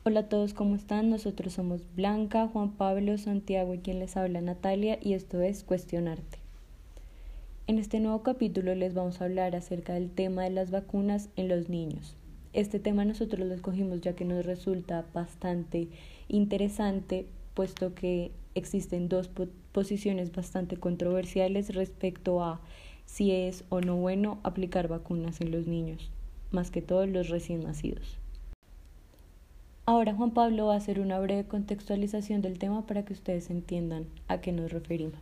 Hola a todos, ¿cómo están? Nosotros somos Blanca, Juan Pablo, Santiago y quien les habla Natalia y esto es Cuestionarte. En este nuevo capítulo les vamos a hablar acerca del tema de las vacunas en los niños. Este tema nosotros lo escogimos ya que nos resulta bastante interesante, puesto que existen dos posiciones bastante controversiales respecto a si es o no bueno aplicar vacunas en los niños, más que todo los recién nacidos. Ahora Juan Pablo va a hacer una breve contextualización del tema para que ustedes entiendan a qué nos referimos.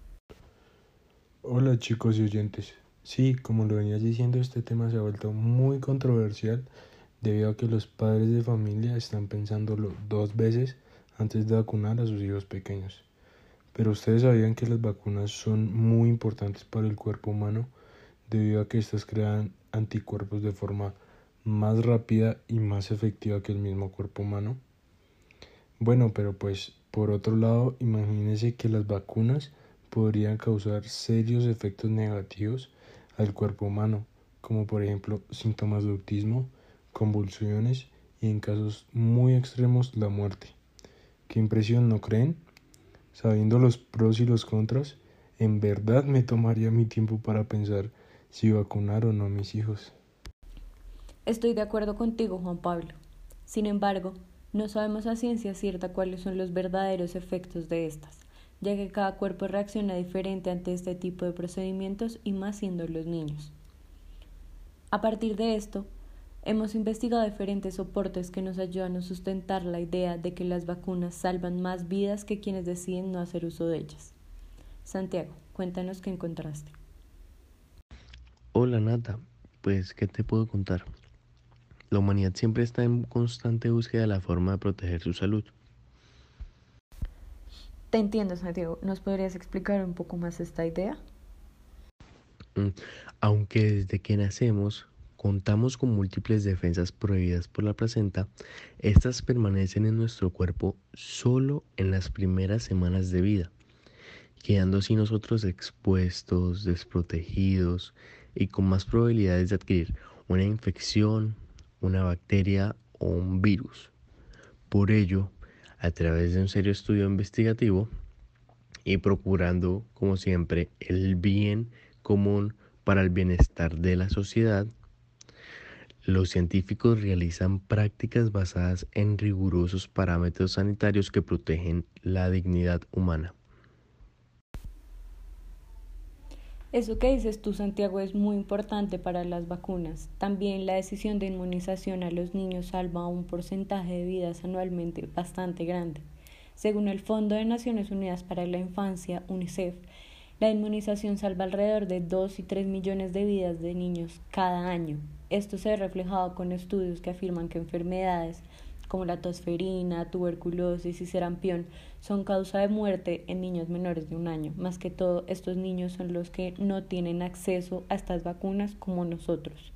Hola chicos y oyentes. Sí, como lo venías diciendo, este tema se ha vuelto muy controversial debido a que los padres de familia están pensándolo dos veces antes de vacunar a sus hijos pequeños. Pero ustedes sabían que las vacunas son muy importantes para el cuerpo humano debido a que estas crean anticuerpos de forma más rápida y más efectiva que el mismo cuerpo humano. Bueno, pero pues por otro lado, imagínense que las vacunas podrían causar serios efectos negativos al cuerpo humano, como por ejemplo síntomas de autismo, convulsiones y en casos muy extremos la muerte. ¿Qué impresión, no creen? Sabiendo los pros y los contras, en verdad me tomaría mi tiempo para pensar si vacunar o no a mis hijos. Estoy de acuerdo contigo, Juan Pablo. Sin embargo, no sabemos a ciencia cierta cuáles son los verdaderos efectos de estas, ya que cada cuerpo reacciona diferente ante este tipo de procedimientos y más siendo los niños. A partir de esto, hemos investigado diferentes soportes que nos ayudan a sustentar la idea de que las vacunas salvan más vidas que quienes deciden no hacer uso de ellas. Santiago, cuéntanos qué encontraste. Hola Nata, pues ¿qué te puedo contar? La humanidad siempre está en constante búsqueda de la forma de proteger su salud. Te entiendo, Santiago. ¿Nos podrías explicar un poco más esta idea? Mm, Aunque desde que nacemos contamos con múltiples defensas prohibidas por la placenta, estas permanecen en nuestro cuerpo solo en las primeras semanas de vida, quedando así nosotros expuestos, desprotegidos y con más probabilidades de adquirir una infección, una bacteria o un virus. Por ello, a través de un serio estudio investigativo y procurando, como siempre, el bien común para el bienestar de la sociedad, los científicos realizan prácticas basadas en rigurosos parámetros sanitarios que protegen la dignidad humana. Eso que dices tú, Santiago, es muy importante para las vacunas. También la decisión de inmunización a los niños salva un porcentaje de vidas anualmente bastante grande. Según el Fondo de Naciones Unidas para la Infancia, UNICEF, la inmunización salva alrededor de 2 y 3 millones de vidas de niños cada año. Esto se ve reflejado con estudios que afirman que enfermedades como la tosferina, tuberculosis y sarampión son causa de muerte en niños menores de un año. Más que todo, estos niños son los que no tienen acceso a estas vacunas como nosotros.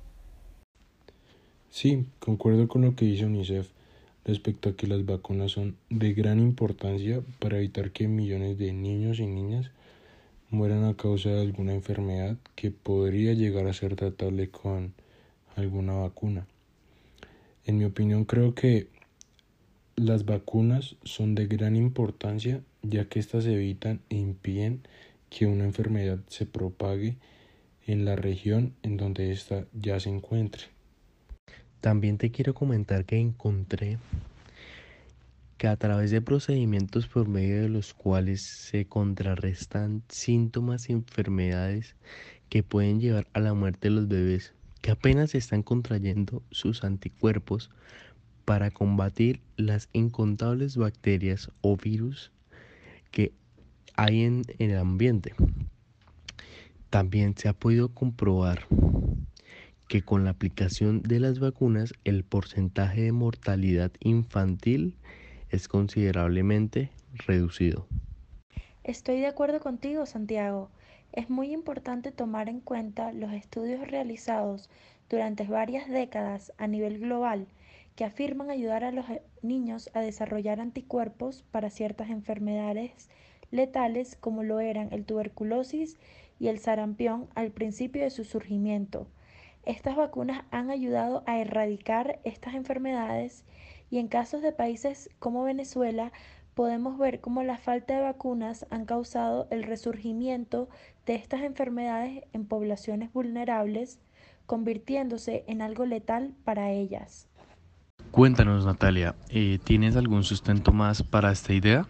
Sí, concuerdo con lo que dice UNICEF respecto a que las vacunas son de gran importancia para evitar que millones de niños y niñas mueran a causa de alguna enfermedad que podría llegar a ser tratable con alguna vacuna. En mi opinión, creo que las vacunas son de gran importancia ya que éstas evitan e impiden que una enfermedad se propague en la región en donde ésta ya se encuentre. También te quiero comentar que encontré que a través de procedimientos por medio de los cuales se contrarrestan síntomas y enfermedades que pueden llevar a la muerte de los bebés que apenas están contrayendo sus anticuerpos para combatir las incontables bacterias o virus que hay en el ambiente. También se ha podido comprobar que con la aplicación de las vacunas el porcentaje de mortalidad infantil es considerablemente reducido. Estoy de acuerdo contigo, Santiago. Es muy importante tomar en cuenta los estudios realizados durante varias décadas a nivel global que afirman ayudar a los niños a desarrollar anticuerpos para ciertas enfermedades letales como lo eran el tuberculosis y el sarampión al principio de su surgimiento. Estas vacunas han ayudado a erradicar estas enfermedades Y en casos de países como Venezuela, podemos ver cómo la falta de vacunas han causado el resurgimiento de estas enfermedades en poblaciones vulnerables, convirtiéndose en algo letal para ellas. Cuéntanos, Natalia, ¿tienes algún sustento más para esta idea?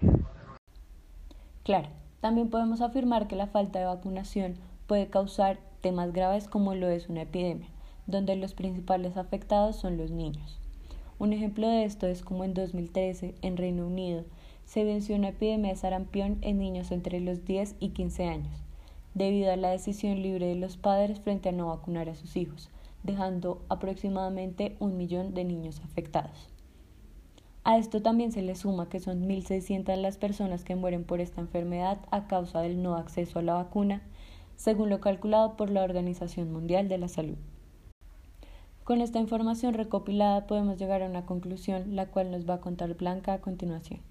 Claro, también podemos afirmar que la falta de vacunación puede causar temas graves como lo es una epidemia, donde los principales afectados son los niños. Un ejemplo de esto es como en 2013, en Reino Unido, se venció una epidemia de sarampión en niños entre los 10 y 15 años, debido a la decisión libre de los padres frente a no vacunar a sus hijos, dejando aproximadamente 1 millón de niños afectados. A esto también se le suma que son 1.600 las personas que mueren por esta enfermedad a causa del no acceso a la vacuna, según lo calculado por la Organización Mundial de la Salud. Con esta información recopilada podemos llegar a una conclusión, la cual nos va a contar Blanca a continuación.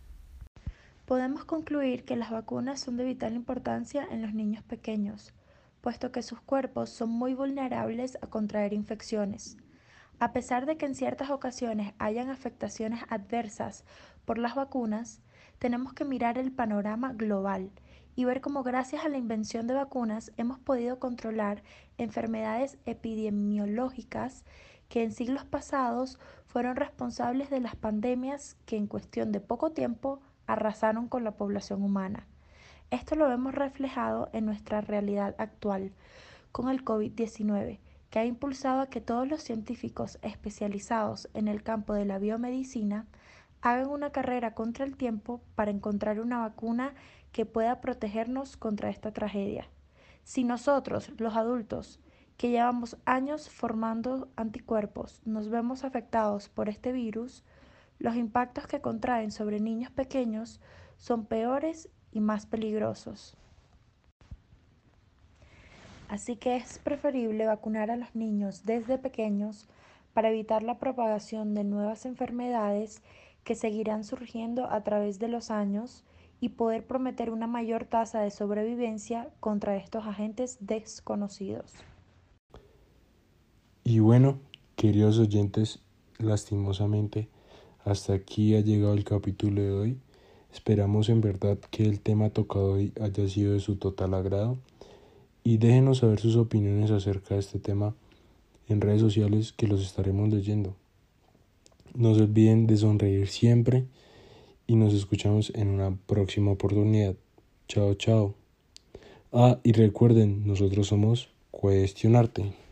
Podemos concluir que las vacunas son de vital importancia en los niños pequeños, puesto que sus cuerpos son muy vulnerables a contraer infecciones. A pesar de que en ciertas ocasiones hayan afectaciones adversas por las vacunas, tenemos que mirar el panorama global y ver cómo gracias a la invención de vacunas hemos podido controlar enfermedades epidemiológicas que en siglos pasados fueron responsables de las pandemias que en cuestión de poco tiempo arrasaron con la población humana. Esto lo vemos reflejado en nuestra realidad actual con el COVID-19, que ha impulsado a que todos los científicos especializados en el campo de la biomedicina hagan una carrera contra el tiempo para encontrar una vacuna que pueda protegernos contra esta tragedia. Si nosotros, los adultos, que llevamos años formando anticuerpos, nos vemos afectados por este virus, los impactos que contraen sobre niños pequeños son peores y más peligrosos. Así que es preferible vacunar a los niños desde pequeños para evitar la propagación de nuevas enfermedades que seguirán surgiendo a través de los años y poder prometer una mayor tasa de sobrevivencia contra estos agentes desconocidos. Y bueno, queridos oyentes, lastimosamente, hasta aquí ha llegado el capítulo de hoy. Esperamos en verdad que el tema tocado hoy haya sido de su total agrado. Y déjenos saber sus opiniones acerca de este tema en redes sociales que los estaremos leyendo. No se olviden de sonreír siempre y nos escuchamos en una próxima oportunidad. Chao, chao. Y recuerden, nosotros somos Cuestionarte.